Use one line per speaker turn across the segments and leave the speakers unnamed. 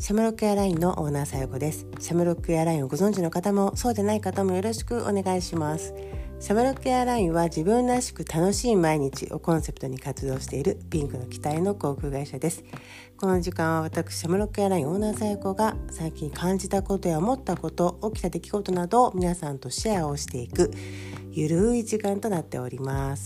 シャムロックエアラインのオーナーさよこです。シャムロックエアラインをご存知の方もそうでない方もよろしくお願いします。シャムロックエアラインは自分らしく楽しい毎日をコンセプトに活動しているピンクの機体の航空会社です。この時間は私シャムロックエアラインオーナーさよこが最近感じたことや思ったこと、起きた出来事などを皆さんとシェアをしていくゆるい時間となっております。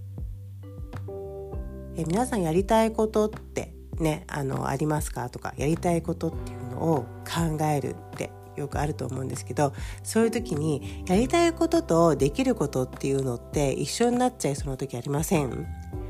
皆さんやりたいことってね、ありますかとか、やりたいことっていうのを考えるってよくあると思うんですけど、そういう時にやりたいこととできることっていうのって一緒になっちゃいそうな時ありません？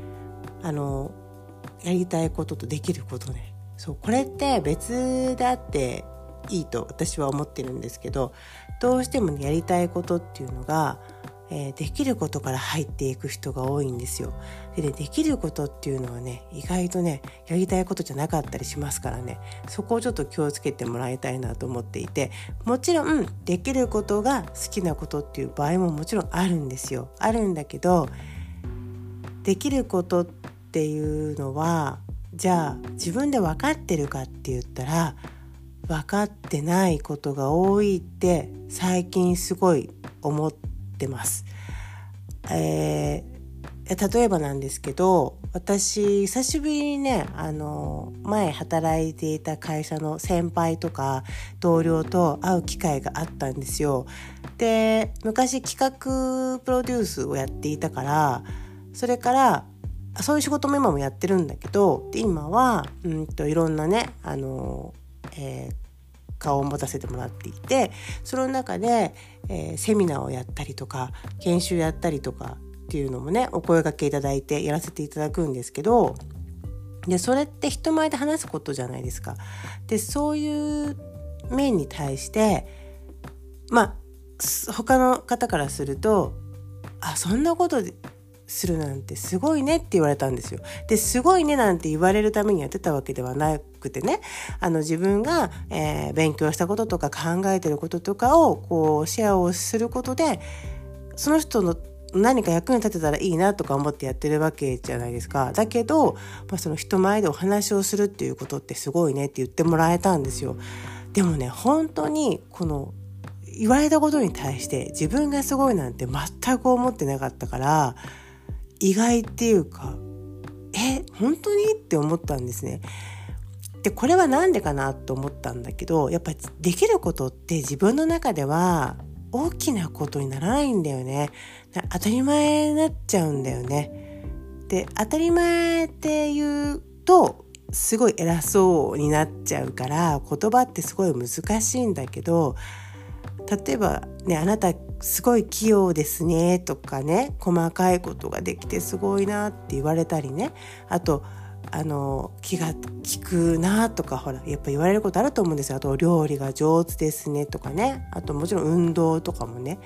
やりたいこととできることね。そう、これって別であっていいと私は思ってるんですけど、どうしても、やりたいことっていうのができることから入っていく人が多いんですよ。できることっていうのはね、意外とね、やりたいことじゃなかったりしますからね、そこをちょっと気をつけてもらいたいなと思っていて、もちろんできることが好きなことっていう場合ももちろんあるんですよ。あるんだけど、できることっていうのはじゃあ自分で分かってるかって言ったら、分かってないことが多いって最近すごい思ってます。例えばなんですけど、私久しぶりにね、前働いていた会社の先輩とか同僚と会う機会があったんですよ。で、昔企画プロデュースをやっていたから、それからそういう仕事も今もやってるんだけど、で今はいろんなね、顔を持たせてもらっていて、その中で、セミナーをやったりとか研修やったりとかっていうのもね、お声掛けいただいてやらせていただくんですけど、でそれって人前で話すことじゃないですか。でそういう面に対して他の方からすると、そんなことするなんてすごいねって言われたんですよ。で、すごいねなんて言われるためにやってたわけではなくてね、自分が、勉強したこととか考えてることとかをこうシェアをすることで、その人の何か役に立てたらいいなとか思ってやってるわけじゃないですか。だけど、その人前でお話をするっていうことってすごいねって言ってもらえたんですよ。でもね、本当にこの言われたことに対して自分がすごいなんて全く思ってなかったから、意外っていうか、本当にって思ったんですね。でこれはなんでかなと思ったんだけど、やっぱりできることって自分の中では大きなことにならないんだよね。当たり前になっちゃうんだよね。で当たり前って言うとすごい偉そうになっちゃうから、言葉ってすごい難しいんだけど、例えばね、あなたすごい器用ですねとかね、細かいことができてすごいなって言われたりね、あと気が利くなとか、やっぱ言われることあると思うんですよ。あと料理が上手ですねとかね、あともちろん運動とかもね、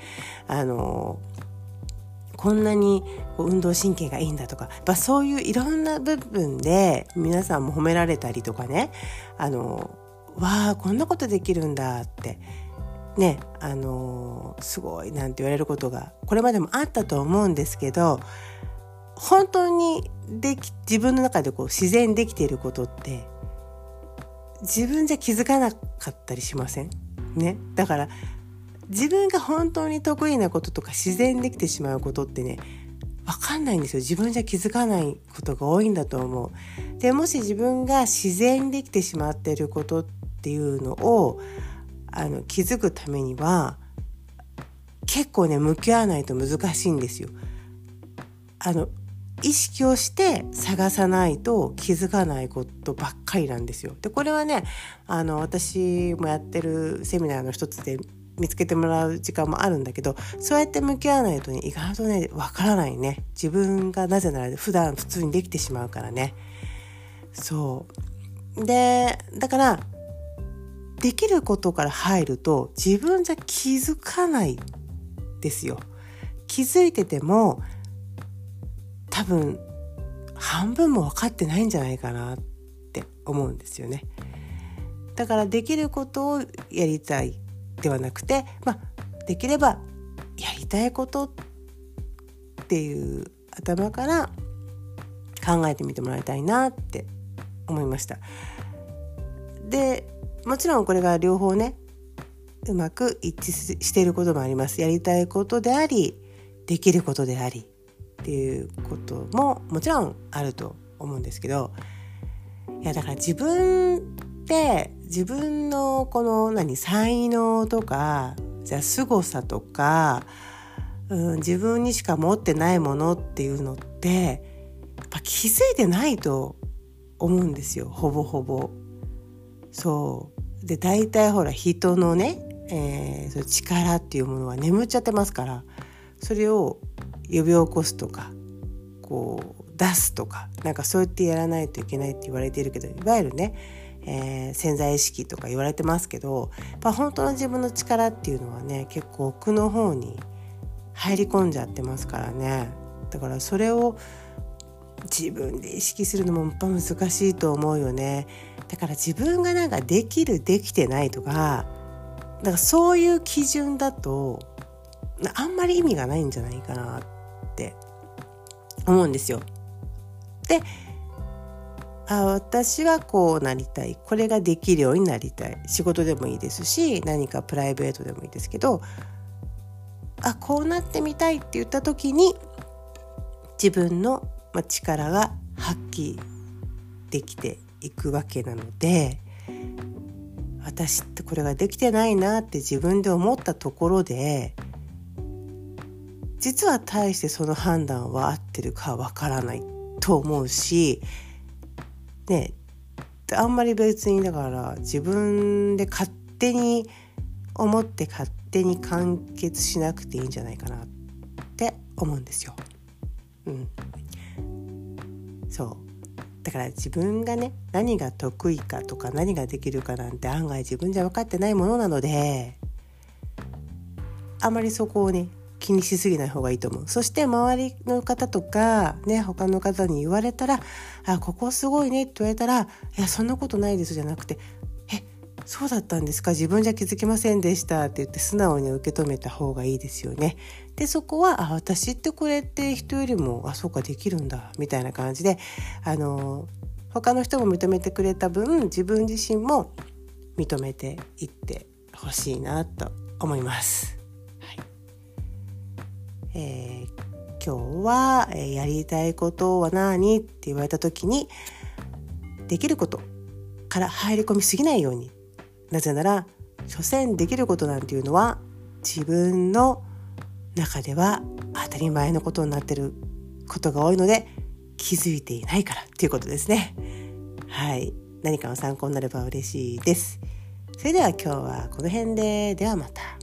こんなに運動神経がいいんだとか、そういういろんな部分で皆さんも褒められたりとかね、わあこんなことできるんだってね、すごいなんて言われることがこれまでもあったと思うんですけど、本当に自分の中で自然にできていることって自分じゃ気づかなかったりしません？ね、だから自分が本当に得意なこととか自然にできてしまうことってね、分かんないんですよ。自分じゃ気づかないことが多いんだと思う。でもし自分が自然にできてしまっていることっていうのを気づくためには結構ね、向き合わないと難しいんですよ。意識をして探さないと気づかないことばっかりなんですよ。でこれはね、私もやってるセミナーの一つで見つけてもらう時間もあるんだけど、そうやって向き合わないとね、意外とねわからないね。自分がなぜなら普通にできてしまうからね。そうで、だからできることから入ると自分じゃ気づかないですよ。気づいてても多分半分も分かってないんじゃないかなって思うんですよね。だからできることをやりたいではなくて、できればやりたいことっていう頭から考えてみてもらいたいなって思いました。 でもちろんこれが両方ねうまく一致していることもあります。やりたいことでありできることでありっていうことももちろんあると思うんですけど、いやだから自分で自分のこの才能とかじゃあ凄さとか、自分にしか持ってないものっていうのってやっぱ気づいてないと思うんですよ、ほぼほぼ。そうで大体ほら人のね、その力っていうものは眠っちゃってますから、それを呼び起こすとかこう出すとかそうやってやらないといけないって言われているけど、いわゆるね、潜在意識とか言われてますけど、やっぱ本当の自分の力っていうのはね結構奥の方に入り込んじゃってますからね。だからそれを自分で意識するのもやっぱ難しいと思うよね。だから自分ができるできてないとかそういう基準だとあんまり意味がないんじゃないかなって思うんですよ。で、私はこうなりたい、これができるようになりたい、仕事でもいいですし何かプライベートでもいいですけど、こうなってみたいって言った時に自分の力が発揮できていくわけなので、私ってこれができてないなって自分で思ったところで実は大してその判断は合ってるかわからないと思うしね、あんまり別にだから自分で勝手に思って勝手に完結しなくていいんじゃないかなって思うんですよ。そうだから自分がね何が得意かとか何ができるかなんて案外自分じゃ分かってないものなので、あまりそこをね気にしすぎない方がいいと思う。そして周りの方とかね他の方に言われたらここすごいねって言われたら、いやそんなことないですじゃなくて、そうだったんですか、自分じゃ気づきませんでしたって言って素直に受け止めた方がいいですよね。でそこは私ってこれって人よりもそうかできるんだみたいな感じで他の人も認めてくれた分自分自身も認めていってほしいなと思います。今日は、やりたいことは何って言われた時にできることから入り込みすぎないように、なぜなら所詮できることなんていうのは自分の中では当たり前のことになっていることが多いので気づいていないからっていうことですね。何かの参考になれば嬉しいです。それでは今日はこの辺で、ではまた。